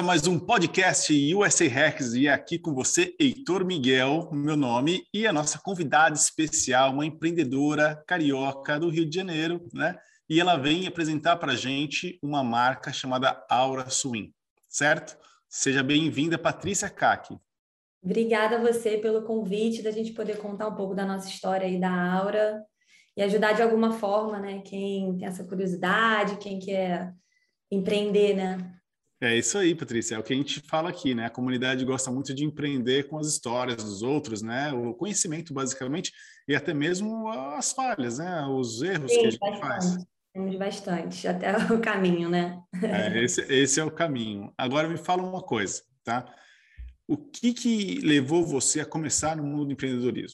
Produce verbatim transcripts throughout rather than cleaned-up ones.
a mais um podcast U S A Hacks e aqui com você, Heitor Miguel, meu nome, e a nossa convidada especial, uma empreendedora carioca do Rio de Janeiro, né? E ela vem apresentar para a gente uma marca chamada Aura Swim, certo? Seja bem-vinda, Patrícia Caqui. Obrigada a você pelo convite, da gente poder contar um pouco da nossa história aí da Aura e ajudar de alguma forma, né? Quem tem essa curiosidade, quem quer empreender, né? É isso aí, Patrícia, é o que a gente fala aqui, né? A comunidade gosta muito de empreender com as histórias dos outros, né? O conhecimento, basicamente, e até mesmo as falhas, né? Os erros Sim, que a gente bastante. faz. Temos bastante, até o caminho, né? É, esse, esse é o caminho. Agora me fala uma coisa, tá? O que que levou você a começar no mundo do empreendedorismo?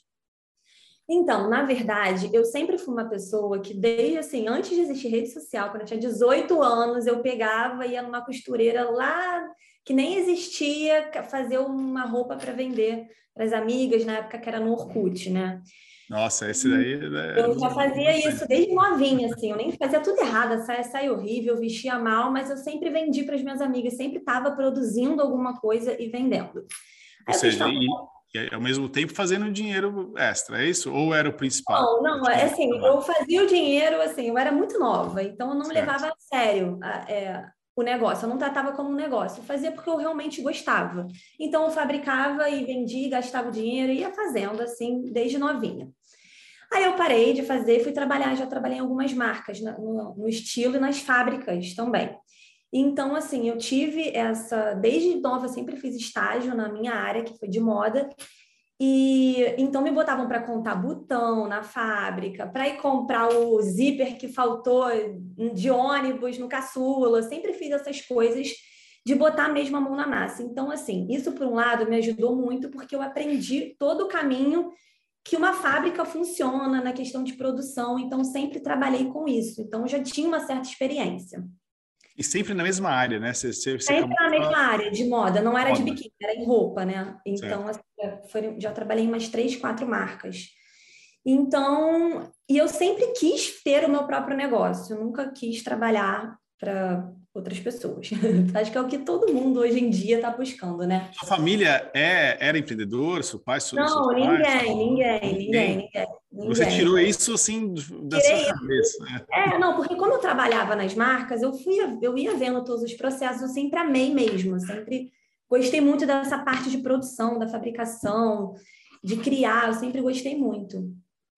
Então, na verdade, eu sempre fui uma pessoa que, desde assim, antes de existir rede social, quando eu tinha dezoito anos, eu pegava e ia numa costureira lá que nem existia, fazer uma roupa para vender para as amigas, na época que era no Orkut, né? Nossa, esse daí é Eu já dos fazia isso anos. desde novinha, assim, eu nem fazia tudo errado, a saia saia horrível, vestia mal, mas eu sempre vendi para as minhas amigas, sempre estava produzindo alguma coisa e vendendo. Ou Aí eu fiz, seja, tá, e, e ao mesmo tempo fazendo dinheiro extra, é isso? Ou era o principal? não, não, é assim, eu fazia o dinheiro, assim, eu era muito nova, então eu não Certo. levava a sério a, é, o negócio, eu não tratava como um negócio, eu fazia porque eu realmente gostava. Então eu fabricava e vendia, gastava o dinheiro e ia fazendo, assim, desde novinha. Aí eu parei de fazer, fui trabalhar, já trabalhei em algumas marcas, no, no estilo e nas fábricas também. Então, assim, eu tive essa, desde nova, eu sempre fiz estágio na minha área, que foi de moda, e então me botavam para contar botão na fábrica, para ir comprar o zíper que faltou de ônibus no caçula. Eu sempre fiz essas coisas de botar mesmo a mão na massa. Então, assim, isso por um lado me ajudou muito porque eu aprendi todo o caminho que uma fábrica funciona na questão de produção. Então, sempre trabalhei com isso. Então, eu já tinha uma certa experiência. E sempre na mesma área, né? Você, você, você Sempre acabou na de falar mesma área de moda, não era de moda, biquíni, era em roupa, né? Então, certo? assim, foi, já trabalhei em umas três, quatro marcas. Então, e eu sempre quis ter o meu próprio negócio, eu nunca quis trabalhar para outras pessoas. Acho que é o que todo mundo hoje em dia está buscando, né? Sua família é, era empreendedor? Seu pai, seu- seus Não, pais? ninguém, ninguém, ninguém, Ninguém. ninguém, Você ninguém. tirou isso assim da sua Tirei cabeça, né? É, não, porque como eu trabalhava nas marcas, eu fui, eu ia vendo todos os processos, eu sempre amei mesmo, eu sempre gostei muito dessa parte de produção, da fabricação, de criar, eu sempre gostei muito.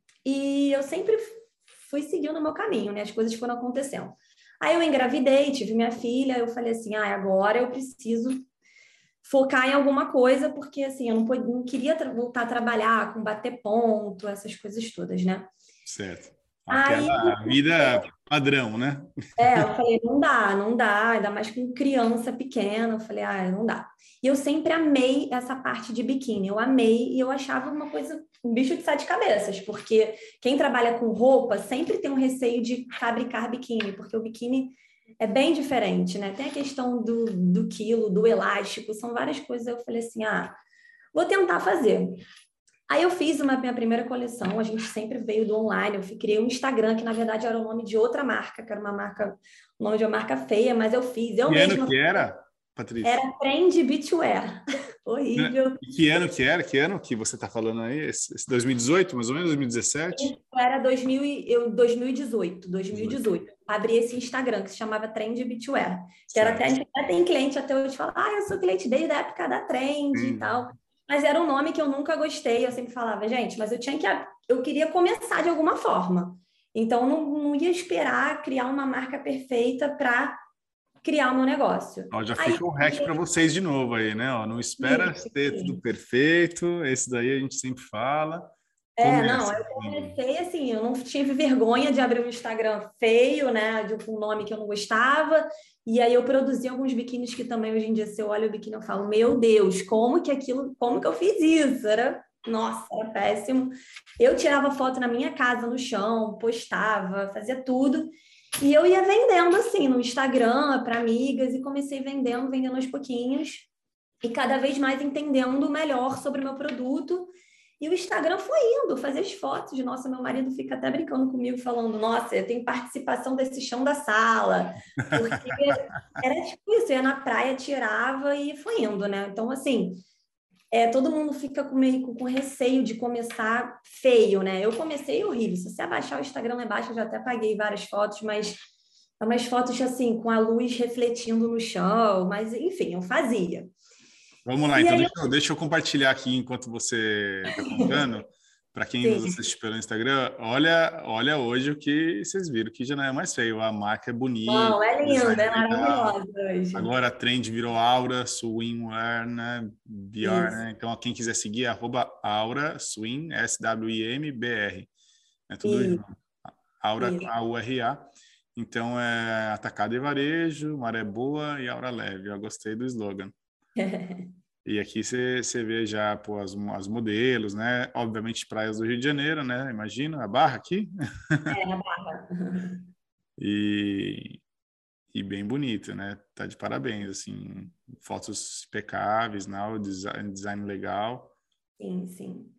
E eu sempre fui seguindo o meu caminho, né? As coisas foram acontecendo. Aí eu engravidei, tive minha filha, eu falei assim, ah, agora eu preciso focar em alguma coisa, porque assim, eu não, pod- não queria tra- voltar a trabalhar com bater ponto, essas coisas todas, né? Certo. Aí Aquela vida padrão, né? É, eu falei, não dá, não dá, ainda mais com criança pequena. Eu falei, ah, não dá. E eu sempre amei essa parte de biquíni, eu amei e eu achava uma coisa, um bicho de sete cabeças, porque quem trabalha com roupa sempre tem um receio de fabricar biquíni, porque o biquíni é bem diferente, né? Tem a questão do, do quilo, do elástico, são várias coisas. Eu falei assim, ah, vou tentar fazer. Aí eu fiz uma minha primeira coleção, a gente sempre veio do online, eu criei um Instagram, que na verdade era o nome de outra marca, que era uma marca, o nome de uma marca feia, mas eu fiz, eu Que ano mesma, que era, Patrícia? era Trend Beachwear, horrível, Que ano que era? Que ano que você está falando aí? Esse, esse dois mil e dezoito, mais ou menos, dois mil e dezessete? era dois mil e, eu, dois mil e dezoito, dezoito. dois mil e dezoito, abri esse Instagram que se chamava Trend Beachwear, que era até, a Certo. gente até tem cliente até hoje que fala, ah, eu sou cliente desde a época da Trend e Hum. tal, mas era um nome que eu nunca gostei, eu sempre falava, gente, mas eu tinha que, eu queria começar de alguma forma, então não, não ia esperar criar uma marca perfeita para criar o meu negócio. Ó, já Aí, fica o hack para vocês de novo aí, né? Ó, não espera ter tudo perfeito, esse daí a gente sempre fala. É, não, Começa. eu comecei assim, eu não tive vergonha de abrir um Instagram feio, né, de um nome que eu não gostava, e aí eu produzi alguns biquínis que também hoje em dia, se eu olho o biquíni, eu falo, meu Deus, como que aquilo, como que eu fiz isso? Era, nossa, era péssimo. Eu tirava foto na minha casa, no chão, postava, fazia tudo, e eu ia vendendo assim, no Instagram, para amigas, e comecei vendendo, vendendo aos pouquinhos, e cada vez mais entendendo melhor sobre o meu produto, E o Instagram foi indo fazer as fotos. Nossa, meu marido fica até brincando comigo, falando: nossa, eu tenho participação desse chão da sala. Porque era tipo isso, eu ia na praia, tirava e foi indo, né? Então, assim, é, todo mundo fica com, meio, com receio de começar feio, né? Eu comecei horrível. Se você abaixar o Instagram lá embaixo, eu já até apaguei várias fotos, mas umas fotos assim, com a luz refletindo no chão, mas enfim, eu fazia. Vamos lá, E então aí, deixa eu, deixa eu compartilhar aqui enquanto você está contando. Para quem nos sim. assiste pelo Instagram, olha, olha hoje o que vocês viram, que já não é mais feio. A marca é bonita, Não, é o linda, design é é legal. maravilhosa hoje. Agora a trend virou Aura, Swimwear, né? V R, Isso, né? Então, quem quiser seguir, arroba Aura Swim, S W I M B R. É tudo isso, junto. Aura, isso. A U R A. Então, é atacado e varejo, maré boa e aura leve. Eu gostei do slogan. E aqui você, você vê já pô, as, as modelos, né? Obviamente, praias do Rio de Janeiro, né? Imagina a Barra aqui. É, na barra. E, e bem bonito, né? Tá de parabéns, assim. Fotos impecáveis, né? O design, design legal. Sim, sim.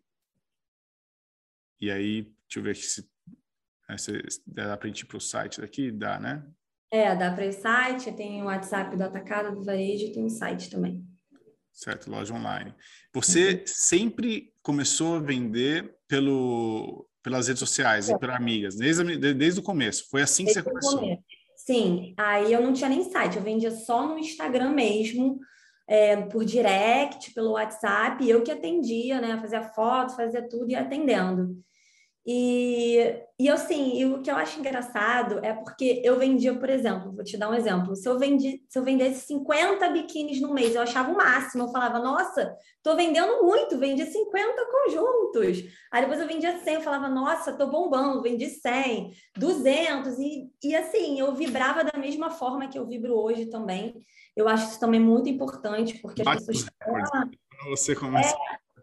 E aí, deixa eu ver aqui se, se dá pra gente ir pro site daqui. Dá, né? É, dá para ir site, tem o WhatsApp do Atacado, do Varejo e tem um site também. Certo, loja online. Você sempre começou a vender pelo, pelas redes sociais e por amigas, desde, desde o começo. Foi assim que você Desde o começou. começo. Sim, aí eu não tinha nem site, eu vendia só no Instagram mesmo, é, por direct, pelo WhatsApp, e eu que atendia, né? Fazia foto, fazia tudo e ia atendendo. E, e eu, assim, e o que eu acho engraçado é porque eu vendia, por exemplo, vou te dar um exemplo. Se eu, vendi, se eu vendesse cinquenta biquínis no mês, eu achava o máximo. Eu falava, nossa, tô vendendo muito, vendi cinquenta conjuntos. Aí depois eu vendia cem, eu falava, nossa, tô bombando, vendi cem, duzentos. E, e assim, eu vibrava da mesma forma que eu vibro hoje também. Eu acho isso também muito importante, porque as Bate pessoas. os recordes. Quando você começa.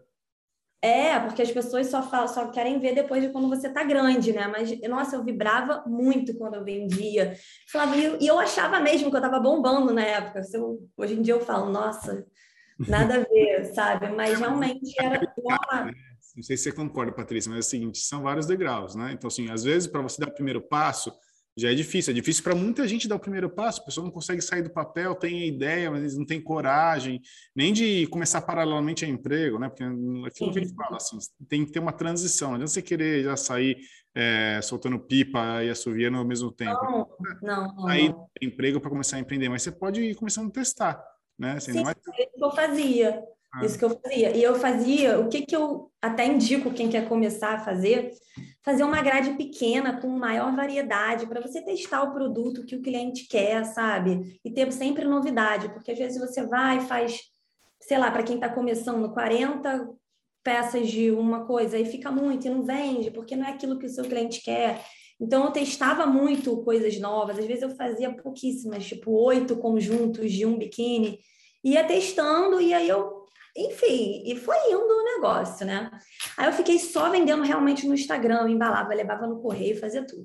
É, porque as pessoas só falam, só querem ver depois de quando você tá grande, né? Mas, nossa, eu vibrava muito quando eu vendia. Falava, e eu, e eu achava mesmo que eu tava bombando na época. Se eu- hoje em dia eu falo, nossa, nada a ver, sabe? Mas realmente era uma... Não sei se você concorda, Patrícia, mas é o seguinte, são vários degraus, né? Então, assim, às vezes, para você dar o primeiro passo, já é difícil. É difícil para muita gente dar o primeiro passo. A pessoa não consegue sair do papel, tem a ideia, mas eles não têm coragem, nem de começar paralelamente a emprego, né? Porque aquilo que a gente fala, assim, tem que ter uma transição. Não adianta você querer já sair é, soltando pipa e assoviando ao mesmo tempo. Não, não, não, Sair do não. emprego para começar a empreender, mas você pode ir começando a testar, né? Assim, Sim, ainda mais... é isso que eu fazia. Isso que eu fazia. E eu fazia, o que que eu até indico quem quer começar a fazer, fazer uma grade pequena com maior variedade para você testar o produto que o cliente quer, sabe? E ter sempre novidade, porque às vezes você vai e faz, sei lá, para quem está começando, quarenta peças de uma coisa e fica muito e não vende, porque não é aquilo que o seu cliente quer. Então eu testava muito coisas novas, às vezes eu fazia pouquíssimas, tipo oito conjuntos de um biquíni, ia testando e aí eu enfim, e foi indo o negócio, né? Aí eu fiquei só vendendo realmente no Instagram, eu embalava, levava no correio, fazia tudo.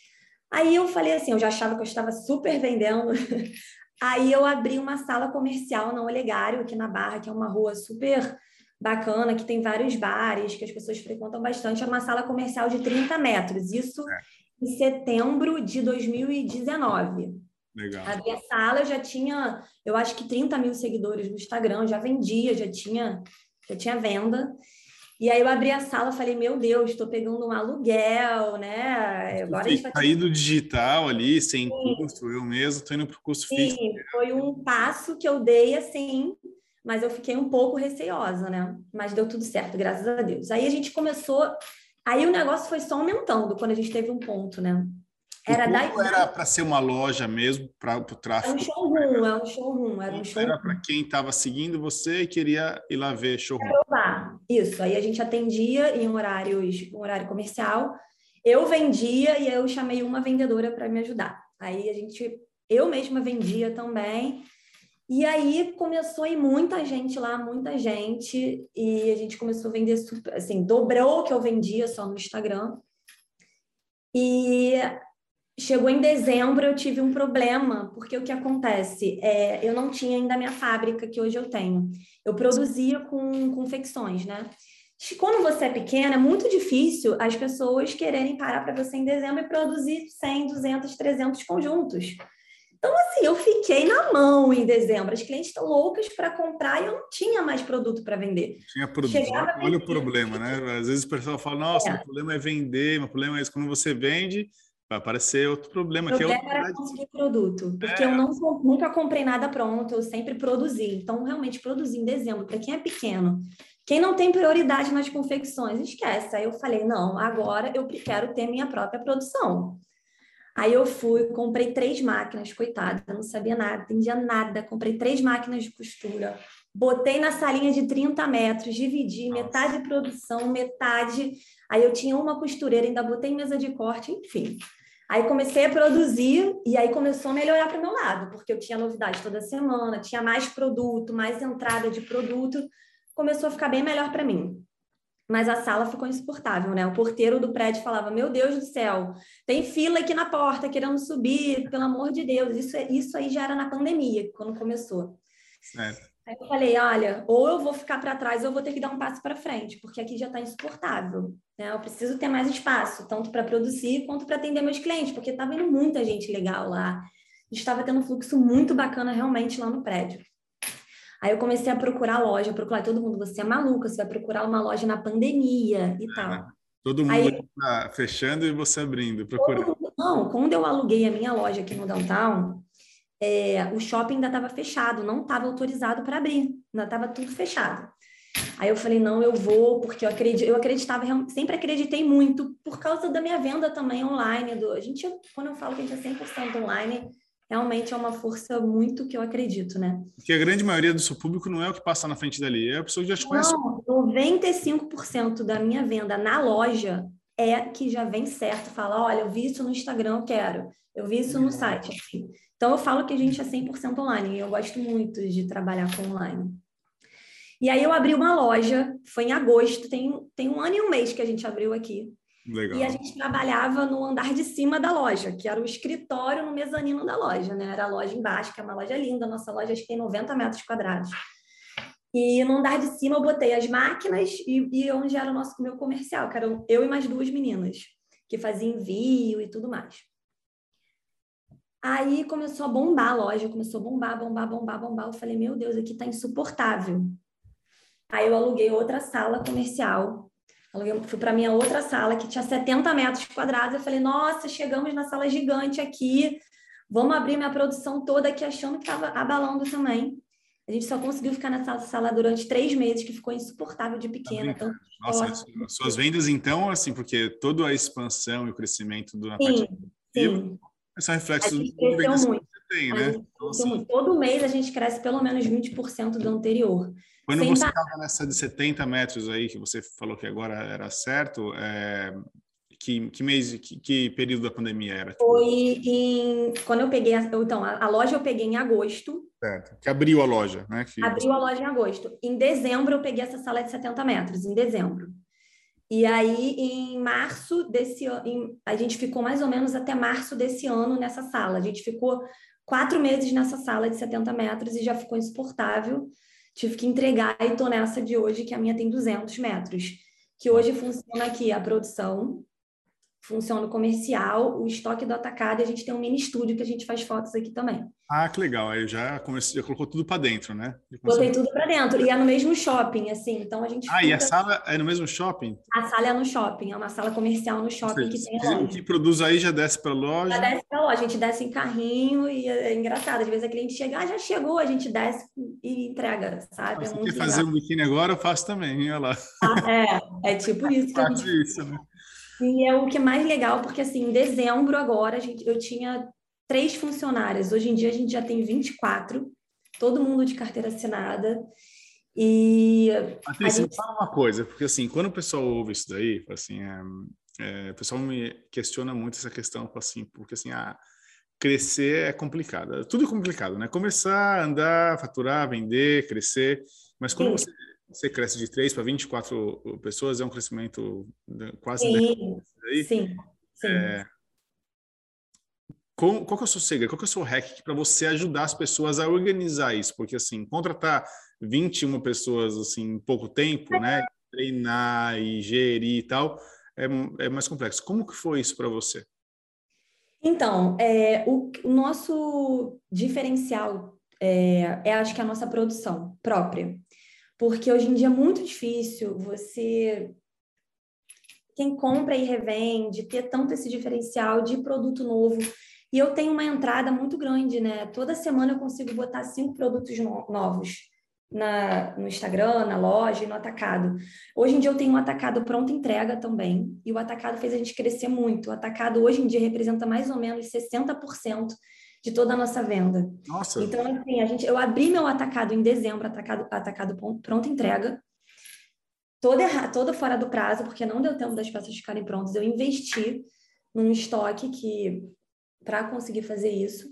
Aí eu falei assim, eu já achava que eu estava super vendendo. Aí eu abri uma sala comercial na Olegário, aqui na Barra, que é uma rua super bacana, que tem vários bares, que as pessoas frequentam bastante. É uma sala comercial de trinta metros. Isso em setembro de dois mil e dezenove. Legal. A minha sala eu já tinha, eu acho que trinta mil seguidores no Instagram, já vendia, já tinha, já tinha venda. E aí eu abri a sala e falei, meu Deus, estou pegando um aluguel, né? Agora a gente vai ter Sair do digital ali, sem que... custo, eu mesmo estou indo para o custo fixo. Sim, foi um passo que eu dei assim, mas eu fiquei um pouco receosa, né? Mas deu tudo certo, graças a Deus. Aí a gente começou, aí o negócio foi só aumentando quando a gente teve um ponto, né? O Era da, ponto era para ser uma loja mesmo, para o era um tráfego. showroom, era um showroom, era um Era showroom. para quem estava seguindo você e queria ir lá ver showroom. Provar. Isso, aí a gente atendia em horários, um horário comercial. Eu vendia e eu chamei uma vendedora para me ajudar. Aí a gente, eu mesma vendia também. E aí começou a ir muita gente lá, muita gente, e a gente começou a vender super, assim, dobrou o que eu vendia só no Instagram. E chegou em dezembro, eu tive um problema, porque o que acontece? É, eu não tinha ainda a minha fábrica que hoje eu tenho. Eu produzia com confecções, né? Quando você é pequena, é muito difícil as pessoas quererem parar para você em dezembro e produzir cem, duzentos, trezentos conjuntos. Então, assim, eu fiquei na mão em dezembro. As clientes estão loucas para comprar e eu não tinha mais produto para vender. Tinha produto. Chegava a Olha o vender. problema, né? Às vezes o pessoal fala, nossa, meu É, problema é vender, meu problema é isso. Quando você vende, vai aparecer outro o problema, que é outra problema era verdade. conseguir produto, porque eu É, não, nunca comprei nada pronto, eu sempre produzi. Então, realmente, produzi em dezembro, para quem é pequeno. Quem não tem prioridade nas confecções, esquece. Aí eu falei, não, agora eu quero ter minha própria produção. Aí eu fui, comprei três máquinas, coitada, eu não sabia nada, entendia nada. Comprei três máquinas de costura, botei na salinha de trinta metros, dividi, nossa. metade produção, metade. Aí eu tinha uma costureira, ainda botei mesa de corte, enfim. Aí comecei a produzir e aí começou a melhorar para o meu lado, porque eu tinha novidade toda semana, tinha mais produto, mais entrada de produto, começou a ficar bem melhor para mim. Mas a sala ficou insuportável, né? O porteiro do prédio falava: Meu Deus do céu, tem fila aqui na porta querendo subir, pelo amor de Deus. Isso, isso aí já era na pandemia, quando começou. Certo. Aí eu falei: Olha, ou eu vou ficar para trás, ou eu vou ter que dar um passo para frente, porque aqui já está insuportável. Né? Eu preciso ter mais espaço, tanto para produzir quanto para atender meus clientes, porque estava indo muita gente legal lá. Estava tendo um fluxo muito bacana realmente lá no prédio. Aí eu comecei a procurar loja, procurar todo mundo, você é maluca, você vai procurar uma loja na pandemia e É, né? tal. Todo mundo Aí, tá fechando e você abrindo, todo procurando. mundo, não, quando eu aluguei a minha loja aqui no downtown, é, o shopping ainda estava fechado, não estava autorizado para abrir, ainda estava tudo fechado. Aí eu falei, não, eu vou, porque eu acredito, eu acreditava, sempre acreditei muito, por causa da minha venda também online. Do, a gente, quando eu falo que a gente é cem por cento online, realmente é uma força muito que eu acredito, né? Porque a grande maioria do seu público não é o que passa na frente dali, é a pessoa que já te conhece. Não, noventa e cinco por cento da minha venda na loja é que já vem certo, fala, olha, eu vi isso no Instagram, eu quero. Eu vi isso no site, assim. Então, eu falo que a gente é cem por cento online e eu gosto muito de trabalhar com online. E aí, eu abri uma loja, foi em agosto, tem, tem um ano e um mês que a gente abriu aqui. E a Legal. gente trabalhava no andar de cima da loja, que era o escritório no mezanino da loja, né? Era a loja embaixo, que é uma loja linda, nossa loja acho que tem noventa metros quadrados. E no andar de cima eu botei as máquinas e, e onde era o nosso meu comercial, que eram eu e mais duas meninas, que faziam envio e tudo mais. Aí começou a bombar a loja, começou a bombar, bombar, bombar, bombar. Eu falei, meu Deus, aqui tá insuportável. Aí eu aluguei outra sala comercial. Aluguei, fui para minha outra sala, que tinha setenta metros quadrados. Eu falei, nossa, chegamos na sala gigante aqui. Vamos abrir minha produção toda aqui, achando que estava abalando também. A gente só conseguiu ficar nessa sala durante três meses, que ficou insuportável de Tá pequena, brincando. tanto Nossa, esporte. as suas vendas, então, assim, porque toda a expansão e o crescimento do, na parte Sim, viva sim. são A reflexos gente de cresceu vendas que muito. você tem, A né? gente Então, cresceu assim, muito. Todo mês a gente cresce pelo menos vinte por cento do anterior. quando Sem você parar. estava nessa de setenta metros aí, que você falou que agora era certo, é, que, que mês, que, que período da pandemia era? Tipo, Foi em. Quando eu peguei. A, então, a, a loja eu peguei em agosto. certo. Que abriu a loja, né? Que você... Abriu a loja em agosto. Em dezembro, eu peguei essa sala de setenta metros, em dezembro. E aí, em março desse ano, a gente ficou mais ou menos até março desse ano nessa sala. A gente ficou quatro meses nessa sala de setenta metros e já ficou insuportável. Tive que entregar e estou nessa de hoje, que a minha tem duzentos metros. Que hoje funciona aqui a produção, funciona o comercial, o estoque do atacado, e a gente tem um mini estúdio que a gente faz fotos aqui também. Ah, que legal. Aí já comecei, já colocou tudo para dentro, né? Já começou... Botei tudo para dentro. E é no mesmo shopping, assim. Então a gente Ah, e a fica. sala é no mesmo shopping? A sala é no shopping, é uma sala comercial no Ou shopping seja, que se tem a quiser- o loja. que produz aí já desce para a Já loja. desce pra loja, a gente desce em carrinho e é engraçado. Às vezes a cliente chega, ah, já chegou, a gente desce e entrega, Ah, sabe? É você quer muito fazer legal. um biquíni agora? Eu faço também, olha lá. É, é tipo isso que a Faço gente. isso, né? E é o que é mais legal, porque assim, em dezembro agora a gente, eu tinha três funcionárias. Hoje em dia a gente já tem vinte e quatro, todo mundo de carteira assinada. E a Patrícia, me gente fala uma coisa, porque assim, quando o pessoal ouve isso daí, fala assim, é, é, o pessoal me questiona muito essa questão, fala assim, porque assim, ah, crescer é complicado, tudo é complicado, né? Começar, andar, faturar, vender, crescer, mas quando tem. você, você cresce de três para vinte e quatro pessoas, é um crescimento de- quase Sim, aí. sim, sim. Qual, qual que é o seu segredo? Qual que é o seu hack para você ajudar as pessoas a organizar isso? Porque, assim, contratar vinte e uma pessoas, assim, em pouco tempo, né? treinar e gerir e tal, é, é mais complexo. Como que foi isso para você? Então, é, o, o nosso diferencial é, é, acho que a nossa produção própria. Porque hoje em dia é muito difícil você, quem compra e revende, ter tanto esse diferencial de produto novo. E eu tenho uma entrada muito grande, né? Toda semana eu consigo botar cinco produtos no- novos na, no Instagram, na loja e no atacado. Hoje em dia eu tenho um atacado pronto entrega também. E o atacado fez a gente crescer muito. O atacado hoje em dia representa mais ou menos sessenta por cento de toda a nossa venda. Nossa, Então, assim, a gente, eu abri meu atacado em dezembro, atacado, atacado pronto entrega, todo, erra, todo fora do prazo, porque não deu tempo das peças ficarem prontas. Eu investi num estoque que para conseguir fazer isso.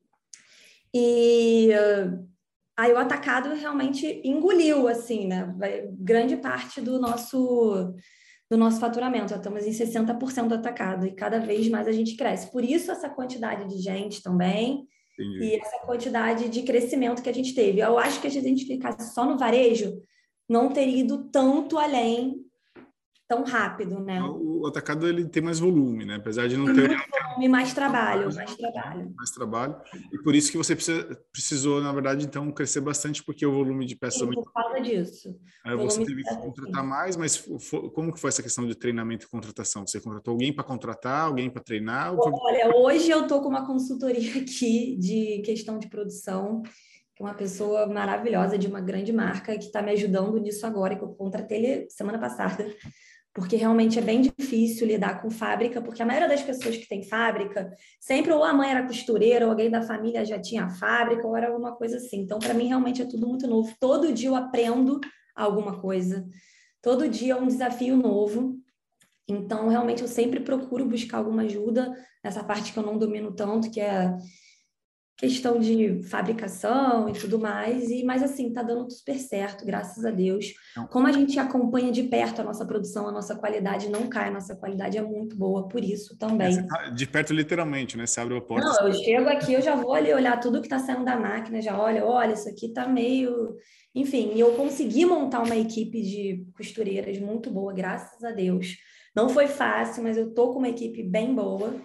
E uh, aí o atacado realmente engoliu, assim, né? Vai, grande parte do nosso do nosso faturamento. Já estamos em sessenta por cento do atacado e cada vez mais a gente cresce. Por isso essa quantidade de gente também entendi. e essa quantidade de crescimento que a gente teve. Eu acho que se a gente ficasse só no varejo, não teria ido tanto além tão rápido, né? O atacado ele tem mais volume, né? Apesar de não Tem ter muito volume, mais trabalho, mais trabalho. mais trabalho. E por isso que você precisa, precisou, na verdade, então, crescer bastante, porque o volume de peças Sim, aumentou. por causa disso. Aí você Volume teve que contratar mais, mas fo- como que foi essa questão de treinamento e contratação? Você contratou alguém para contratar, alguém para treinar? Ou foi... Olha, hoje eu estou com uma consultoria aqui de questão de produção, que é uma pessoa maravilhosa de uma grande marca que está me ajudando nisso agora, que eu contratei ele semana passada, porque realmente é bem difícil lidar com fábrica, porque a maioria das pessoas que tem fábrica, sempre ou a mãe era costureira, ou alguém da família já tinha fábrica, ou era alguma coisa assim. Então, para mim, realmente é tudo muito novo. Todo dia eu aprendo alguma coisa, todo dia é um desafio novo. Então, realmente, eu sempre procuro buscar alguma ajuda nessa parte que eu não domino tanto, que é questão de fabricação e tudo mais. E, mas, assim, tá dando super certo, graças a Deus. Não. Como a gente acompanha de perto a nossa produção, a nossa qualidade não cai, a nossa qualidade é muito boa, por isso É, você também. tá de perto, literalmente, né? Você abre a porta. Não, eu chego aqui, eu já vou ali olhar tudo que está saindo da máquina, já olha, olha, isso aqui tá meio. Enfim, e eu consegui montar uma equipe de costureiras muito boa, graças a Deus. Não foi fácil, mas eu tô com uma equipe bem boa.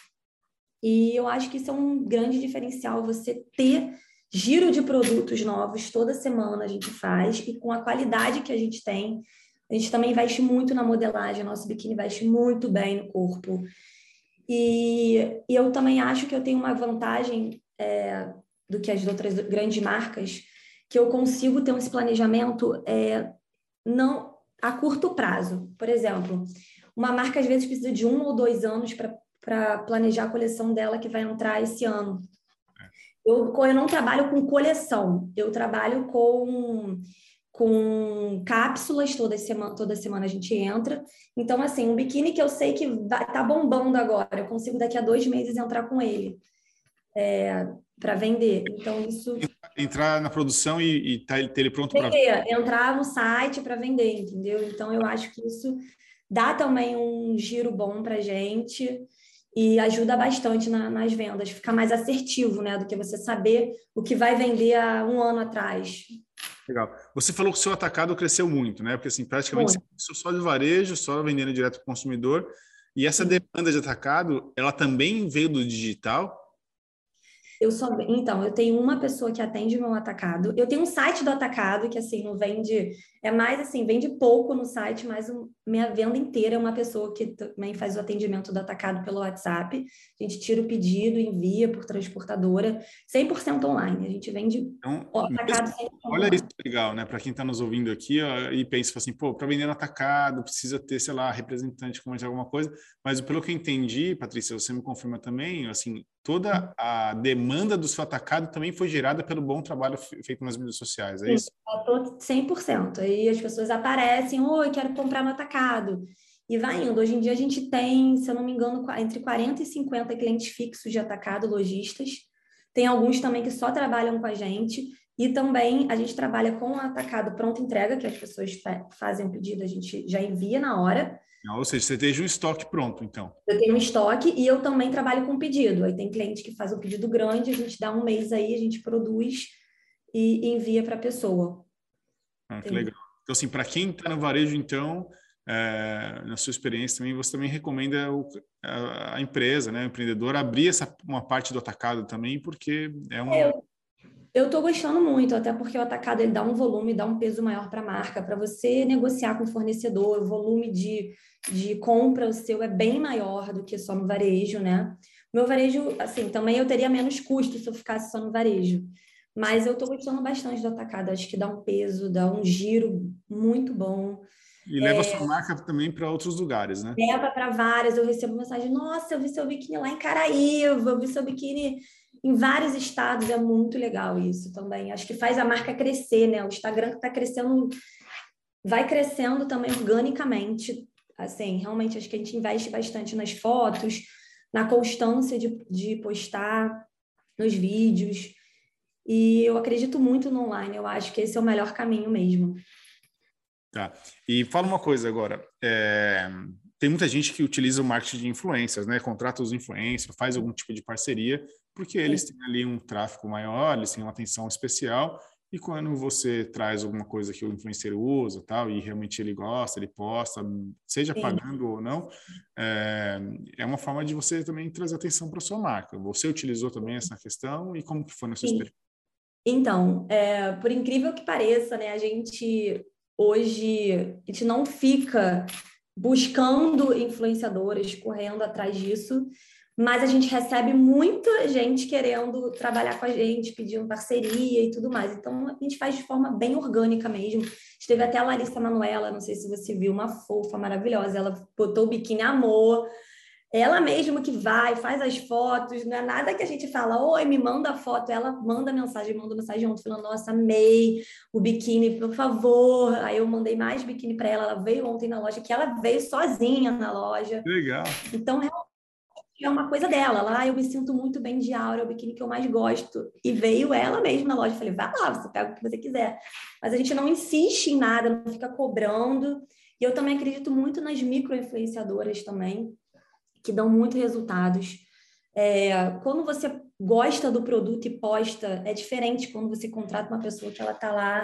E eu acho que isso é um grande diferencial, você ter giro de produtos novos toda semana a gente faz, e com a qualidade que a gente tem. A gente também investe muito na modelagem, nosso biquíni veste muito bem no corpo. E, e eu também acho que eu tenho uma vantagem é, do que as outras grandes marcas, que eu consigo ter esse planejamento é, não a curto prazo. Por exemplo, uma marca às vezes precisa de um ou dois anos para planejar a coleção dela que vai entrar esse ano. Eu, eu não trabalho com coleção, eu trabalho com com cápsulas toda semana, toda semana a gente entra. Então, assim, um biquíni que eu sei que vai, tá bombando agora, eu consigo daqui a dois meses entrar com ele é, para vender. Então, isso. Entrar na produção e, e tá, ter ele pronto para... Vender, entrar no site para vender, entendeu? Então, eu acho que isso dá também um giro bom para gente e ajuda bastante na, nas vendas, ficar mais assertivo, né? Do que você saber o que vai vender há um ano atrás. Legal. Você falou que o seu atacado cresceu muito, né? Porque assim, praticamente você Muito. começou só de varejo, só vendendo direto para o consumidor. E essa Sim. demanda de atacado, ela também veio do digital? Eu só, então, eu tenho uma pessoa que atende meu atacado. Eu tenho um site do atacado que assim não vende, é mais assim, vende pouco no site, mas um, minha venda inteira é uma pessoa que também faz o atendimento do atacado pelo WhatsApp. A gente tira o pedido, envia por transportadora, cem por cento online. A gente vende Então, o atacado cem por cento olha isso online. que legal, né? Para quem está nos ouvindo aqui, ó, e pensa assim, pô, para vender no atacado precisa ter, sei lá, representante, comentar alguma coisa. Mas pelo que eu entendi, Patrícia, você me confirma também, assim, toda a demanda do seu atacado também foi gerada pelo bom trabalho feito nas mídias sociais, é Sim, isso? eu tô cem por cento. Aí as pessoas aparecem, oi, quero comprar no atacado. E vai indo. Hoje em dia a gente tem, se eu não me engano, entre quarenta e cinquenta clientes fixos de atacado, lojistas. Tem alguns também que só trabalham com a gente. E também a gente trabalha com o atacado pronto entrega, que as pessoas fa fazem o pedido, a gente já envia na hora. Ou seja, você esteja um estoque pronto, então. Eu tenho um estoque e eu também trabalho com pedido. Aí tem cliente que faz um pedido grande, a gente dá um mês aí, a gente produz e envia para a pessoa. Ah, que Entendeu? legal. Então, assim, para quem está no varejo, então, é, na sua experiência também, você também recomenda o, a, a empresa, né, o empreendedor, abrir essa, uma parte do atacado também, porque é um... Eu eu estou gostando muito, até porque o atacado ele dá um volume, dá um peso maior para a marca, para você negociar com o fornecedor, o volume de, de compra o seu é bem maior do que só no varejo, né? Meu varejo, assim, também eu teria menos custo se eu ficasse só no varejo, mas eu estou gostando bastante do atacado, acho que dá um peso, dá um giro muito bom. E leva a sua marca também para outros lugares, né? Leva para várias, eu recebo mensagem, nossa, eu vi seu biquíni lá em Caraíva, eu vi seu biquíni em vários estados, é muito legal isso também. Acho que faz a marca crescer, né? O Instagram que está crescendo, vai crescendo também organicamente. Assim, realmente acho que a gente investe bastante nas fotos, na constância de, de postar, nos vídeos. E eu acredito muito no online, eu acho que esse é o melhor caminho mesmo. Tá. E fala uma coisa agora. É, tem muita gente que utiliza o marketing de influências, né? Contrata os influencers, faz algum tipo de parceria, porque eles Sim. têm ali um tráfego maior, eles têm uma atenção especial. E quando você traz alguma coisa que o influencer usa, tal, e realmente ele gosta, ele posta, seja Sim. pagando ou não, é, é uma forma de você também trazer atenção para sua marca. Você utilizou também essa questão e como que foi na sua Sim. experiência? Então, é, por incrível que pareça, né, a gente hoje a gente não fica buscando influenciadores, correndo atrás disso, mas a gente recebe muita gente querendo trabalhar com a gente, pedindo parceria e tudo mais. Então, a gente faz de forma bem orgânica mesmo. Teve até a Larissa Manoela, não sei se você viu, uma fofa maravilhosa. Ela botou o biquíni amor. Ela mesma que vai, faz as fotos, não é nada que a gente fala, oi, me manda a foto. Ela manda mensagem, manda mensagem ontem, falando, nossa, amei o biquíni, por favor. Aí eu mandei mais biquíni para ela, ela veio ontem na loja, que ela veio sozinha na loja. Legal. Então, é uma coisa dela. Lá eu me sinto muito bem de Aura, é o biquíni que eu mais gosto. E veio ela mesma na loja. Eu falei, vai lá, você pega o que você quiser. Mas a gente não insiste em nada, não fica cobrando. E eu também acredito muito nas micro-influenciadoras também, que dão muitos resultados. É, quando você gosta do produto e posta, é diferente quando você contrata uma pessoa que ela está lá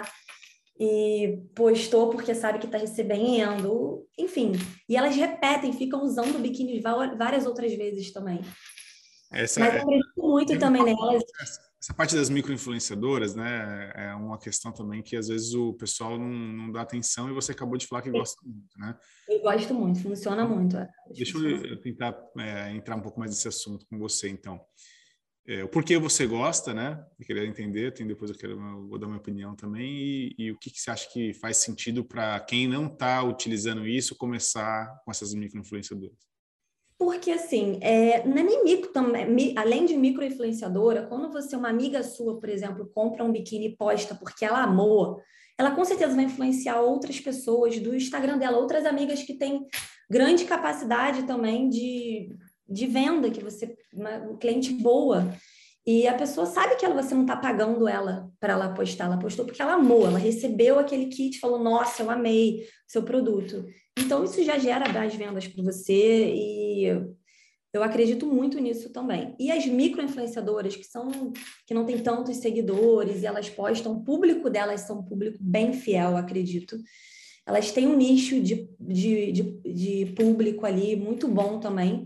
e postou porque sabe que está recebendo, enfim. E elas repetem, ficam usando o biquíni várias outras vezes também. Essa, Mas eu acredito muito também nelas. Essa parte das micro-influenciadoras, né, é uma questão também que às vezes o pessoal não, não dá atenção e você acabou de falar que gosta muito, né? Eu gosto muito, funciona Então, muito. deixa Funciona muito. eu tentar é, entrar um pouco mais nesse assunto com você, então. É, o porquê você gosta, né? Eu queria entender, tem, depois eu, quero, eu vou dar minha opinião também, e, e o que, que você acha que faz sentido para quem não está utilizando isso começar com essas micro-influenciadoras? Porque, assim, é, não é nem micro também, além de micro-influenciadora, quando você, uma amiga sua, por exemplo, compra um biquíni e posta porque ela amou, ela com certeza vai influenciar outras pessoas do Instagram dela, outras amigas que têm grande capacidade também de, de venda, que você, uma cliente boa. E a pessoa sabe que ela, você não está pagando ela para ela postar, ela postou porque ela amou, ela recebeu aquele kit, falou, nossa, eu amei seu produto. Então, isso já gera mais vendas para você e eu acredito muito nisso também. E as micro-influenciadoras, que são que não têm tantos seguidores e elas postam, o público delas são um público bem fiel, acredito. Elas têm um nicho de, de, de, de público ali muito bom também.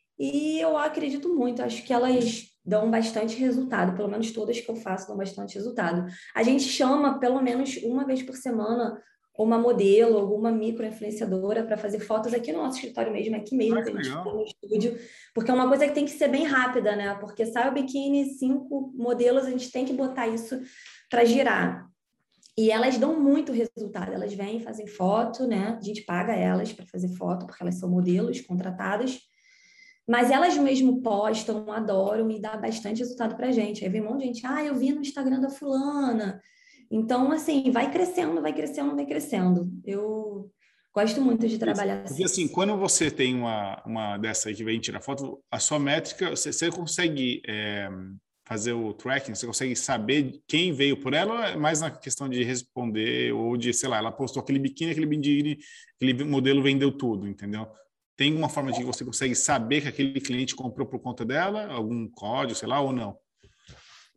E eu acredito muito, acho que elas dão bastante resultado, pelo menos todas que eu faço dão bastante resultado. A gente chama pelo menos uma vez por semana uma modelo, alguma micro-influenciadora para fazer fotos aqui no nosso escritório mesmo, aqui mesmo Ah, que que a gente tem legal. no estúdio, porque é uma coisa que tem que ser bem rápida, né? Porque sai o biquíni, cinco modelos, a gente tem que botar isso para girar. E elas dão muito resultado, elas vêm, fazem foto, né? A gente paga elas para fazer foto, porque elas são modelos contratadas. Mas elas mesmo postam, adoram e dá bastante resultado pra gente. Aí vem um monte de gente, ah, eu vi no Instagram da fulana. Então, assim, vai crescendo, vai crescendo, vai crescendo. Eu gosto muito de Isso. trabalhar Porque assim. assim, quando você tem uma, uma dessa aí que vem tirar foto, a sua métrica, você, você consegue é, fazer o tracking, você consegue saber quem veio por ela, ou é mais na questão de responder, ou de, sei lá, ela postou aquele biquíni, aquele biquíni, aquele modelo vendeu tudo, entendeu? Tem uma forma de que você consegue saber que aquele cliente comprou por conta dela, algum código, sei lá, ou não?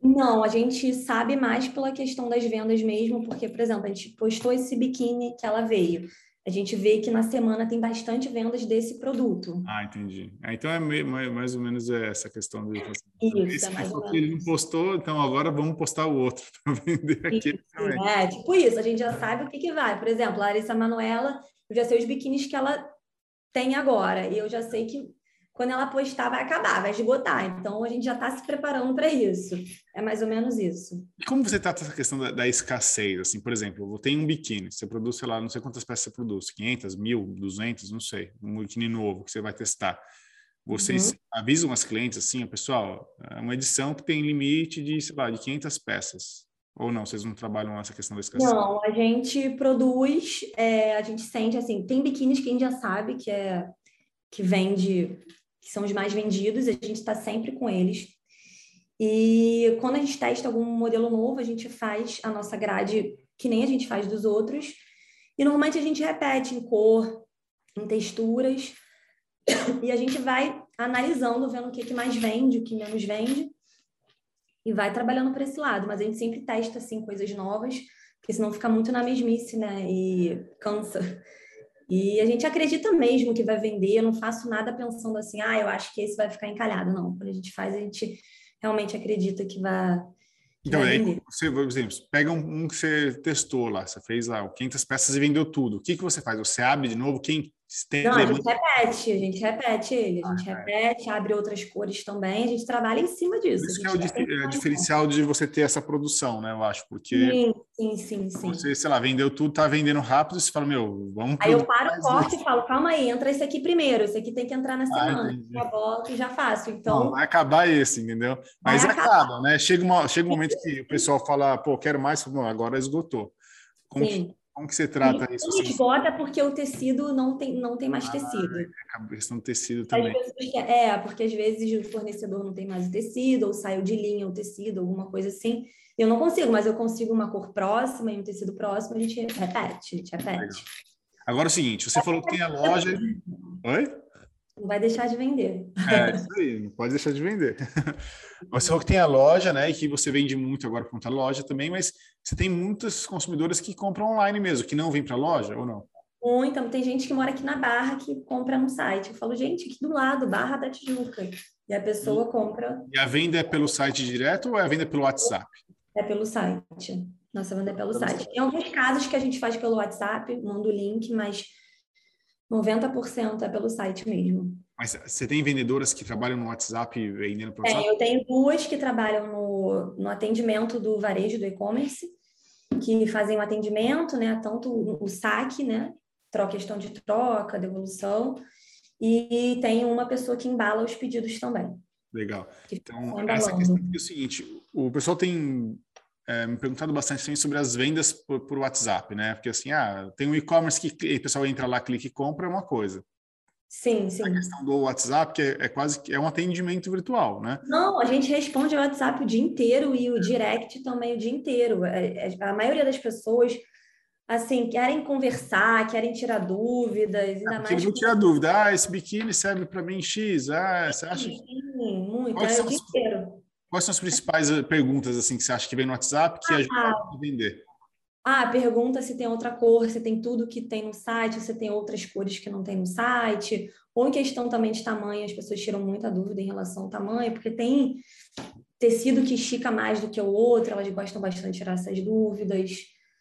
Não, a gente sabe mais pela questão das vendas mesmo, porque, por exemplo, a gente postou esse biquíni que ela veio. A gente vê que na semana tem bastante vendas desse produto. Ah, entendi. Ah, então é meio- mais, mais ou menos essa questão de assim, Isso, é esse que mais ou foi que menos ele não isso. postou, então agora vamos postar o outro para vender aquele Isso, também. é, tipo isso, a gente já sabe o que que vai. Por exemplo, a Larissa Manoela, eu já sei os biquínis que ela tem agora, e eu já sei que quando ela postar vai acabar, vai esgotar. Então a gente já está se preparando para isso. É mais ou menos isso. E como você trata essa questão da, da escassez? Assim, por exemplo, eu tenho um biquíni, você produz, sei lá, não sei quantas peças você produz, quinhentas, mil, duzentas, não sei, um biquíni novo que você vai testar. Vocês Uhum. avisam as clientes assim, pessoal, é uma edição que tem limite de, sei lá, de quinhentas peças. Ou não, vocês não trabalham essa questão da escassez? Não, a gente produz, é, a gente sente assim, tem biquínis que a gente já sabe que é que vende, que são os mais vendidos, a gente está sempre com eles. E quando a gente testa algum modelo novo, a gente faz a nossa grade que nem a gente faz dos outros. E normalmente a gente repete em cor, em texturas, e a gente vai analisando, vendo o que, que mais vende, o que menos vende, e vai trabalhando por esse lado. Mas a gente sempre testa assim, coisas novas, porque senão fica muito na mesmice, né? E cansa. E a gente acredita mesmo que vai vender, eu não faço nada pensando assim, ah, eu acho que esse vai ficar encalhado. Não, quando a gente faz, a gente realmente acredita que vai, que Então, vai aí vender. você, por exemplo, pega um, um que você testou lá, você fez lá quinhentas peças e vendeu tudo. O que que você faz? Você abre de novo, quem tem Não, a gente demanda? repete, a gente repete ele, a gente Ah, repete, abre outras cores também, a gente trabalha em cima por disso, a isso que é gente o já dif- tem é, informação. diferencial de você ter essa produção, né? Eu acho, porque Sim, sim, sim, sim. você, sei lá, vendeu tudo, tá vendendo rápido, você fala, meu, vamos Aí eu produzir paro o mais corte e desse. falo, calma aí, entra esse aqui primeiro, esse aqui tem que entrar na Ah, semana. entendi. Eu volto e já faço. Não, Então, vai acabar esse, entendeu? vai Mas acabar. acaba, né? Chega, uma, chega um momento que o pessoal fala, pô, quero mais, não, agora esgotou. Como que, Sim. como que você E trata isso quando assim? esgota é porque o tecido não tem, não tem mais tecido. A questão do tecido As também. pessoas que, é, porque às vezes o fornecedor não tem mais o tecido, ou saiu de linha o tecido, alguma coisa assim. Eu não consigo, mas eu consigo uma cor próxima e um tecido próximo, a gente repete, a gente repete. Legal. Agora é o seguinte, você falou que tem a loja. Oi? Não vai deixar de vender. É, isso aí, não pode deixar de vender. Você falou que tem a loja, né? E que você vende muito agora por conta da loja também, mas você tem muitos consumidores que compram online mesmo, que não vêm para a loja, ou não? Muito, tem gente que mora aqui na Barra que compra no site. Eu falo, gente, aqui do lado, Barra da Tijuca. E a E, pessoa compra e a venda é pelo site direto ou é a venda pelo WhatsApp? é pelo site. Nossa venda é pelo Pelo site. site. Tem alguns casos que a gente faz pelo WhatsApp, manda o link, mas noventa por cento é pelo site mesmo. Mas você tem vendedoras que trabalham no WhatsApp e vendendo pelo Tem, WhatsApp? eu tenho duas que trabalham no, no atendimento do varejo, do e-commerce, que fazem o atendimento, né? Tanto o, o saque, né? Troca, questão de troca, devolução. E tem uma pessoa que embala os pedidos também, Legal. que fica Então, só essa questão embalando. é o seguinte, o pessoal tem é, me perguntado bastante também sobre as vendas por, por WhatsApp, né? Porque assim, ah, tem um e-commerce que o pessoal entra lá, clica e compra, é uma coisa. Sim, A sim. questão do WhatsApp, que é, é quase que é um atendimento virtual, né? Não, a gente responde o WhatsApp o dia inteiro e o direct também o dia inteiro. É, é, A maioria das pessoas, assim, querem conversar, querem tirar dúvidas, É ainda porque eles mais vão com... tirar dúvida. Ah, esse biquíni serve para mim X. Ah, você acha que... Sim, muito, Quais é o são dia as, inteiro. quais são as principais eh, perguntas assim que você acha que vem no WhatsApp que ajudam Ah, a vender? ah, pergunta se tem outra cor, se tem tudo que tem no site, se tem outras cores que não tem no site, ou em questão também de tamanho, as pessoas tiram muita dúvida em relação ao tamanho, porque tem tecido que estica mais do que o outro, elas gostam bastante de tirar essas dúvidas.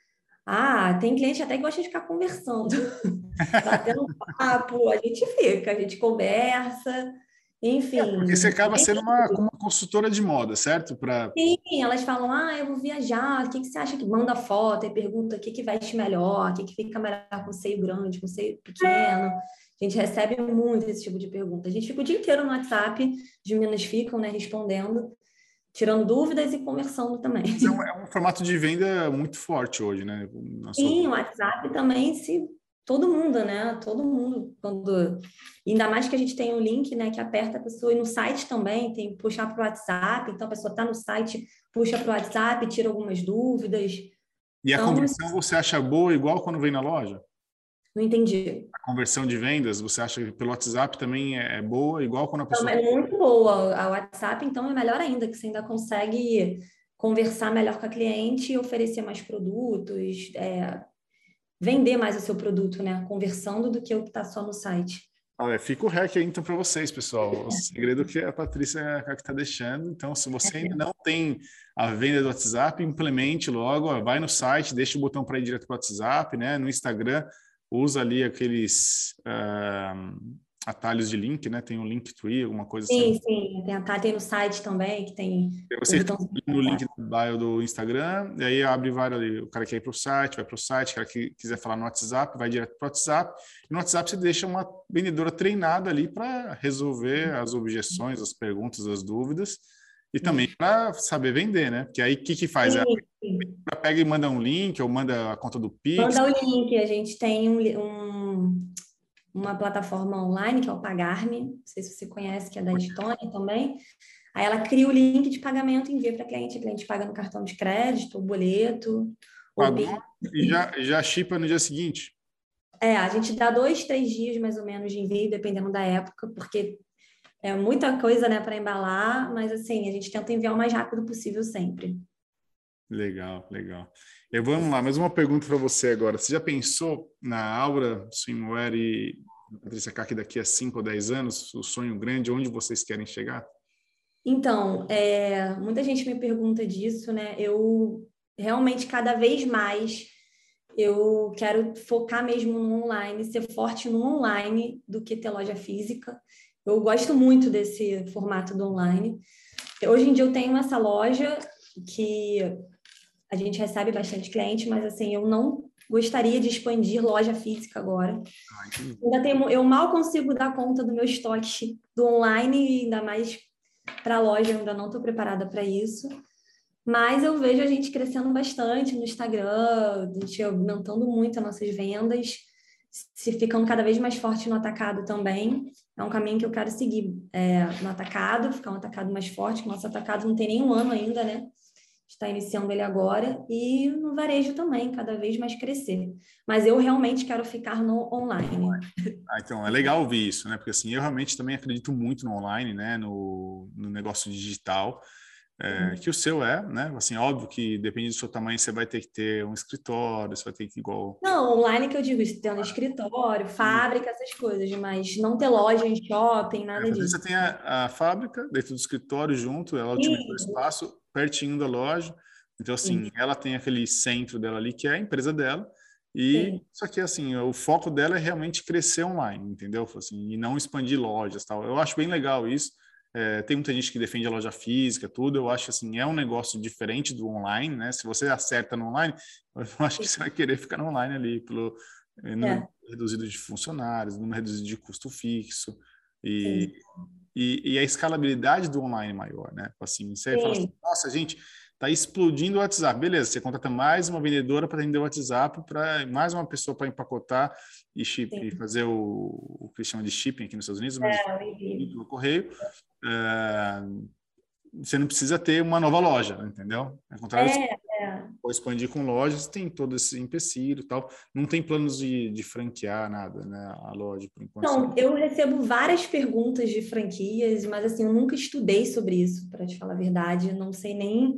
Ah, tem cliente até que gosta de ficar conversando, batendo papo, a gente fica, a gente conversa, É, porque você enfim. acaba sendo uma, como uma consultora de moda, certo? Para Sim, elas falam, ah, eu vou viajar, o que que você acha que manda foto e pergunta o que que veste melhor, o que que fica melhor com seio grande, com seio pequeno. A gente recebe muito esse tipo de pergunta. A gente fica o dia inteiro no WhatsApp, as meninas ficam, né, respondendo, tirando dúvidas e conversando também. é um, é um formato de venda muito forte hoje, né? Na sua... Sim, o WhatsApp também, se todo mundo, né? Todo mundo, quando. Ainda mais que a gente tem um link, né, que aperta a pessoa, e no site também tem puxar para o WhatsApp, então a pessoa está no site, puxa para o WhatsApp, tira algumas dúvidas. E a Então, conversão você acha boa igual quando vem na loja? Não entendi. A conversão de vendas, você acha que pelo WhatsApp também é é boa, igual quando a Então, pessoa... é muito boa. A WhatsApp, então, é melhor ainda, que você ainda consegue conversar melhor com a cliente e oferecer mais produtos, é, vender mais o seu produto, né? Conversando do que o que está só no site. Olha, fica o hack aí então para vocês, pessoal. O segredo que a Patrícia é a que está deixando. Então, se você ainda não tem a venda do WhatsApp, implemente logo, ó, vai no site, deixa o botão para ir direto para o WhatsApp, né? No Instagram, usa ali aqueles ah, atalhos de link, né? Tem um Linktree, alguma coisa assim. Sim, sim. Tem, a, tem no site também, que tem Aí o você botão. clica no link do bio do Instagram, e aí abre vários ali. O cara quer ir para o site, vai para o site, o cara que quiser falar no WhatsApp, vai direto para o WhatsApp. E no WhatsApp você deixa uma vendedora treinada ali para resolver as objeções, as perguntas, as dúvidas, e também para saber vender, né? Porque aí o que, que faz? Ela Sim, sim. pega e manda um link, ou manda a conta do Pix. Manda o link. A gente tem um, li- um- uma plataforma online, que é o Pagar.me. Não sei se você conhece, que é da Estônia também. Aí ela cria o link de pagamento e envia para a cliente. A cliente paga no cartão de crédito, ou boleto, ou Pagou Pix. e já, já shippa no dia seguinte. É, a gente dá dois, três dias mais ou menos de envio, dependendo da época, porque é muita coisa, né, para embalar, mas assim, a gente tenta enviar o mais rápido possível sempre. Legal, legal. Eu, vamos lá, mais uma pergunta para você agora. Você já pensou na Aura Swimwear e Patrícia Kaki daqui a cinco ou dez anos, o sonho grande, onde vocês querem chegar? Então, é, muita gente me pergunta disso, né? Eu realmente cada vez mais eu quero focar mesmo no online, ser forte no online do que ter loja física. Eu gosto muito desse formato do online. Hoje em dia eu tenho essa loja que a gente recebe bastante cliente, mas assim, eu não gostaria de expandir loja física agora. Ah, entendi. Ainda tenho, eu mal consigo dar conta do meu estoque do online, ainda mais para a loja, eu ainda não estou preparada para isso. Mas eu vejo a gente crescendo bastante no Instagram, a gente aumentando muito as nossas vendas, se ficando cada vez mais forte no atacado também. É um caminho que eu quero seguir é, no atacado, ficar um atacado mais forte, que o nosso atacado não tem nenhum ano ainda, né? Está iniciando ele agora, e no varejo também, cada vez mais crescer. Mas eu realmente quero ficar no online. Ah, então, é legal ouvir isso, né? Porque assim, eu realmente também acredito muito no online, né? No, no negócio digital, é, que o seu é, né? Assim, óbvio que depende do seu tamanho, você vai ter que ter um escritório, você vai ter que igual... Não, online que eu digo, tendo escritório, fábrica, essas coisas, mas não ter loja em shopping, É, nada a Patrícia disso. tem a, a fábrica dentro do escritório junto, ela otimizou o Sim, espaço pertinho da loja. Então, assim, sim, ela tem aquele centro dela ali, que é a empresa dela, e sim. só que, assim, o foco dela é realmente crescer online, entendeu? Assim, e não expandir lojas, tal. Eu acho bem legal isso. É, tem muita gente que defende a loja física, tudo. Eu acho, assim, é um negócio diferente do online, né? Se você acerta no online, eu acho que você vai querer ficar no online ali, pelo eh, número É, reduzido de funcionários, número reduzido de custo fixo. E, sim, e, e a escalabilidade do online maior, né? Assim, você fala assim, sim, nossa, gente, tá explodindo o WhatsApp. Beleza, você contrata mais uma vendedora para atender o WhatsApp, para mais uma pessoa para empacotar e, chip, e sim. fazer o, o que chamam de shipping aqui nos Estados Unidos, mas É, eu entendi. pelo correio. É, você não precisa ter uma nova loja, entendeu? Ao contrário, você É, é. pode expandir com lojas, tem todo esse empecilho e tal. Não tem planos de, de franquear nada, né? A loja, por enquanto. Você... Então, eu recebo várias perguntas de franquias, mas assim, eu nunca estudei sobre isso, para te falar a verdade. Não sei nem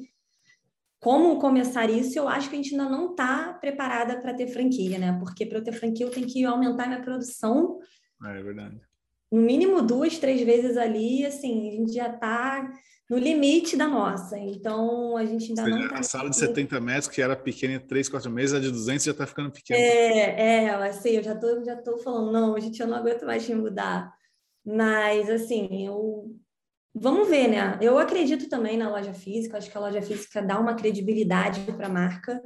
como começar isso. Eu acho que a gente ainda não está preparada para ter franquia, né? Porque para eu ter franquia, eu tenho que aumentar minha produção É, é verdade. no mínimo duas, três vezes ali, assim, a gente já está no limite da nossa. Então, a gente ainda Ou não seja, está a sala de nesse... setenta metros, que era pequena em três, quatro meses, a de duzentos já está ficando pequena. É, é, assim, eu já tô, já tô falando, não, gente, eu não aguento mais me mudar. Mas, assim, eu... Vamos ver, né? Eu acredito também na loja física, acho que a loja física dá uma credibilidade para a marca,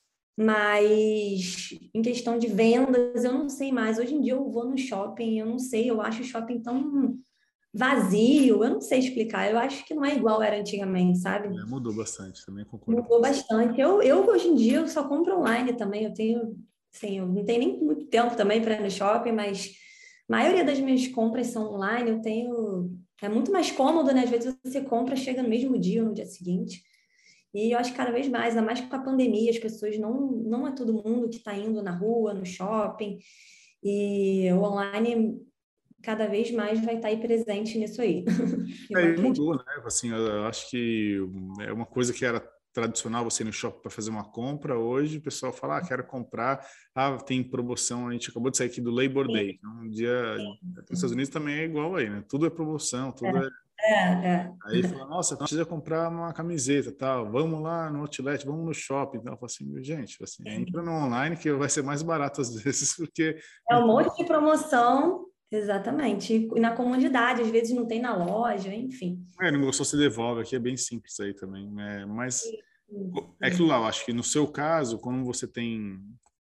mas em questão de vendas, eu não sei mais. Hoje em dia eu vou no shopping, eu não sei, eu acho o shopping tão vazio, eu não sei explicar. Eu acho que não é igual era antigamente, sabe? É, mudou bastante, também concordo com Mudou você. bastante. Eu, eu hoje em dia eu só compro online também. Eu tenho, assim, eu não tenho nem muito tempo também para ir no shopping, mas a maioria das minhas compras são online. Eu tenho, é muito mais cômodo, né? Às vezes você compra, chega no mesmo dia ou no dia seguinte. E eu acho que cada vez mais, ainda mais com a pandemia, as pessoas não, não é todo mundo que está indo na rua, no shopping. E o online cada vez mais vai estar aí presente nisso aí. Eu É, e acredito. mudou, né? Assim, eu acho que é uma coisa que era tradicional você ir no shopping para fazer uma compra. Hoje o pessoal fala, ah, quero comprar, ah, tem promoção. A gente acabou de sair aqui do Labor Day. Então, um dia nos Estados Unidos também é igual aí, né? Tudo é promoção, tudo é. É, é. Aí fala, nossa, precisa comprar uma camiseta, tal. Vamos lá no outlet, vamos no shopping. Então, eu falo assim, gente, assim, entra no online que vai ser mais barato às vezes, porque É um monte de promoção, exatamente. E na comodidade, às vezes não tem na loja, enfim. é, não gostou, se devolve. Aqui é bem simples aí também. É, mas Sim, é aquilo sim. lá, eu acho que no seu caso, quando você tem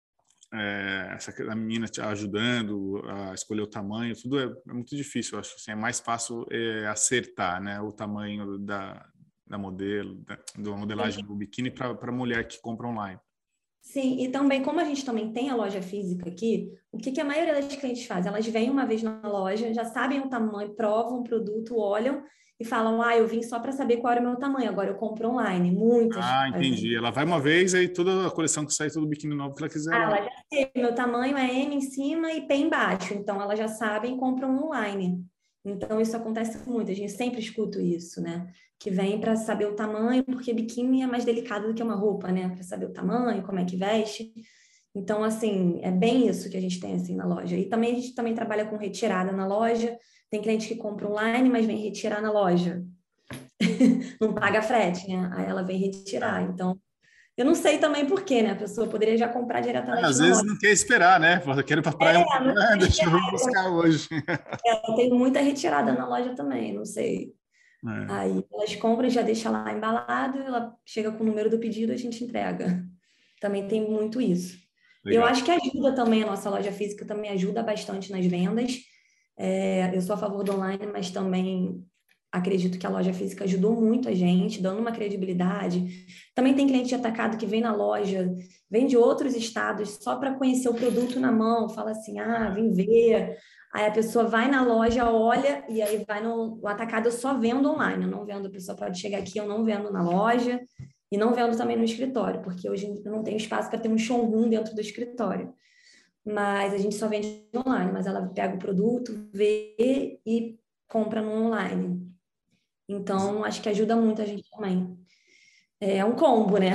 é, essa, a menina te ajudando a escolher o tamanho, tudo é, é muito difícil. Eu acho que assim, é mais fácil é, acertar, né, o tamanho da, da modelo, da, da modelagem do biquíni para a mulher que compra online. Sim, e também, como a gente também tem a loja física aqui, o que, que a maioria das clientes faz? Elas vêm uma vez na loja, já sabem o tamanho, provam o produto, olham e falam: ah, eu vim só para saber qual era o meu tamanho, agora eu compro online. Muitas Ah, fazem. entendi. Ela vai uma vez, aí toda a coleção que sai, todo biquíni novo que ela quiser, Ah, ela... ela já sei, meu tamanho é M em cima e P embaixo, então elas já sabem e compram online. Então isso acontece muito, a gente sempre escuta isso, né? Que vem para saber o tamanho, porque biquíni é mais delicado do que uma roupa, né? Para saber o tamanho, como é que veste. Então, assim, é bem isso que a gente tem assim na loja. E também a gente também trabalha com retirada na loja. Tem cliente que compra online, mas vem retirar na loja. Não paga frete, né? Aí ela vem retirar. Ah. Então, eu não sei também por quê, né? A pessoa poderia já comprar É, diretamente às na vezes loja. não quer esperar, né? Fala, eu quero ir para a praia É, não amanhã, deixa eu quer buscar hoje. esperar. Eu tenho muita retirada na loja também, não sei. É, Aí elas compram e já deixa lá embalado, ela chega com o número do pedido, a gente entrega. Também tem muito isso. Eu legal. acho que ajuda também, a nossa loja física também ajuda bastante nas vendas. É, eu sou a favor do online, mas também acredito que a loja física ajudou muito a gente, dando uma credibilidade. Também tem cliente de atacado que vem na loja, vem de outros estados só para conhecer o produto na mão, fala assim: ah, vem ver. Aí a pessoa vai na loja, olha, e aí vai no o atacado. Eu só vendo online, eu não vendo, a pessoa pode chegar aqui, eu não vendo na loja. E não vendo também no escritório, porque hoje eu não tenho espaço para ter um showroom dentro do escritório. Mas a gente só vende online, mas ela pega o produto, vê e compra no online. Então, acho que ajuda muito a gente também. É um combo, né?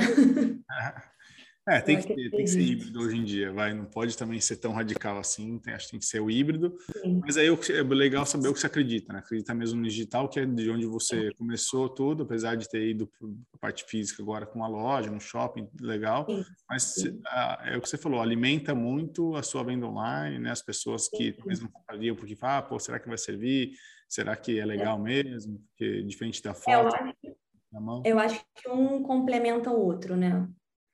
É, Eu tem que ter, tem que ser acredito. híbrido hoje em dia, vai, não pode também ser tão radical assim, tem, acho que tem que ser o híbrido, Sim, mas aí o que- é legal saber o que você acredita, né? Acredita mesmo no digital, que é de onde você começou tudo, apesar de ter ido para a parte física agora com uma loja, um shopping, legal, sim, mas sim, ah, é o que você falou, alimenta muito a sua venda online, né? As pessoas que talvez sim. não comprariam porque falam, ah, pô, será que vai servir? Será que é legal mesmo? Porque diferente da É, eu foto acho, na mão. eu acho que um complementa o outro, né?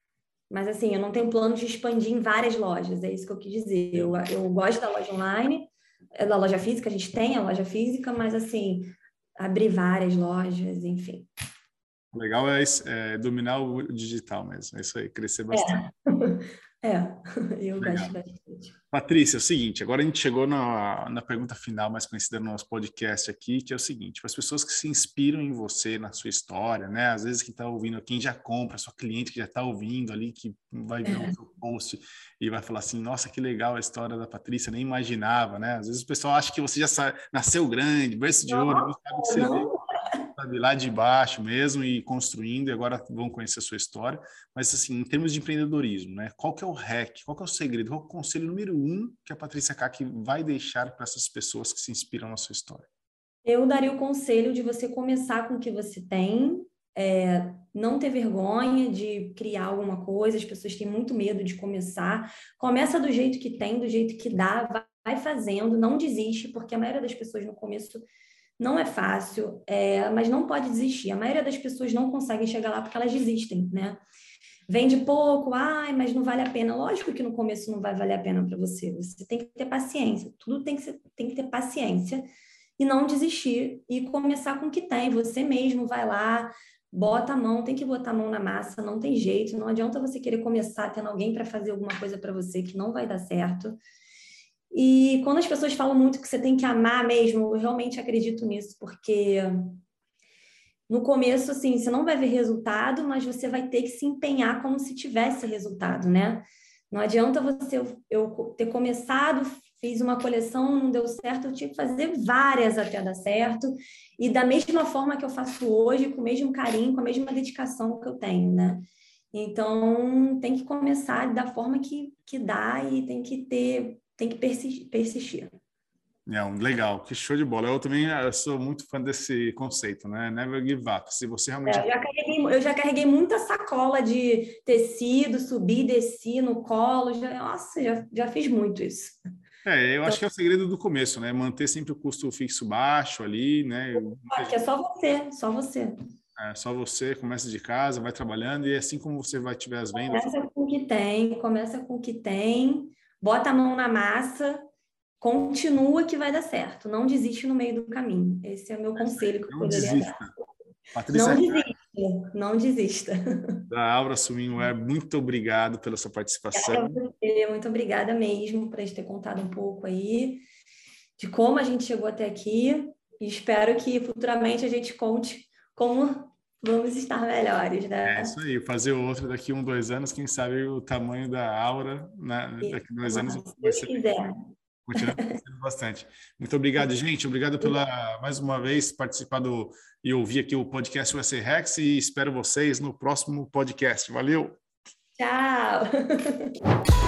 Mas assim, eu não tenho plano de expandir em várias lojas, é isso que eu quis dizer. Eu, eu gosto da loja online, é da loja física, a gente tem a loja física, mas assim, abrir várias lojas, enfim. O legal é, isso, é dominar o digital mesmo, é isso aí, crescer bastante. É, é, eu Legal. gosto bastante. Patrícia, é o seguinte, agora a gente chegou na, na pergunta final mais conhecida no nosso podcast aqui, que é o seguinte, para as pessoas que se inspiram em você, na sua história, né? Às vezes quem está ouvindo, quem já compra, sua cliente que já está ouvindo ali, que vai ver o seu post e vai falar assim, nossa, que legal a história da Patrícia, nem imaginava, né? Às vezes o pessoal acha que você já sabe, nasceu grande, berço de ouro, não sabe que Nossa, você veio, não. sabe, lá de baixo mesmo e construindo, e agora vão conhecer a sua história. Mas, assim, em termos de empreendedorismo, né? Qual que é o hack? Qual que é o segredo? Qual é o conselho número um que a Patrícia Kac vai deixar para essas pessoas que se inspiram na sua história? Eu daria o conselho de você começar com o que você tem, é, não ter vergonha de criar alguma coisa, as pessoas têm muito medo de começar. Começa do jeito que tem, do jeito que dá, vai fazendo, não desiste, porque a maioria das pessoas no começo não é fácil, é, mas não pode desistir. A maioria das pessoas não conseguem chegar lá porque elas desistem, né? Vende pouco, ai, mas não vale a pena. Lógico que no começo não vai valer a pena para você. Você tem que ter paciência. Tudo tem que, ser, tem que ter paciência e não desistir e começar com o que tem. Você mesmo vai lá, bota a mão, tem que botar a mão na massa, não tem jeito. Não adianta você querer começar tendo alguém para fazer alguma coisa para você que não vai dar certo. E quando as pessoas falam muito que você tem que amar mesmo, eu realmente acredito nisso, porque no começo, assim, você não vai ver resultado, mas você vai ter que se empenhar como se tivesse resultado, né? Não adianta você eu ter começado, fiz uma coleção, não deu certo, eu tinha que fazer várias até dar certo, e da mesma forma que eu faço hoje, com o mesmo carinho, com a mesma dedicação que eu tenho, né? Então, tem que começar da forma que, que dá e tem que ter, tem que persistir. persistir. É, um, legal, que show de bola. Eu também eu sou muito fã desse conceito, né? Never give up. Se você realmente... É, eu, já carreguei, eu já carreguei muita sacola de tecido, subi, desci no colo, já, nossa, já, já fiz muito isso. É, eu Então, acho que é o segredo do começo, né? Manter sempre o custo fixo baixo ali, né? acho que é só você, só você. É, só você começa de casa, vai trabalhando e assim como você vai tiver as vendas. Começa com o que tem, começa com o que tem, bota a mão na massa, continua que vai dar certo. Não desiste no meio do caminho. Esse é o meu conselho que eu Não poderia dar. desista. Patrícia Não desista, não desista. da Aura Swimwear, muito obrigado pela sua participação. Você, muito obrigada mesmo por ter contado um pouco aí de como a gente chegou até aqui e espero que futuramente a gente conte como vamos estar melhores, né? É isso aí, fazer outro daqui um, dois anos, quem sabe o tamanho da Aura, né? Daqui a dois anos Se vai Deus ser quiser. continua crescendo bastante. Muito obrigado, gente. Obrigado pela, mais uma vez, participar do, e ouvir aqui o podcast U S A Rex e espero vocês no próximo podcast. Valeu! Tchau!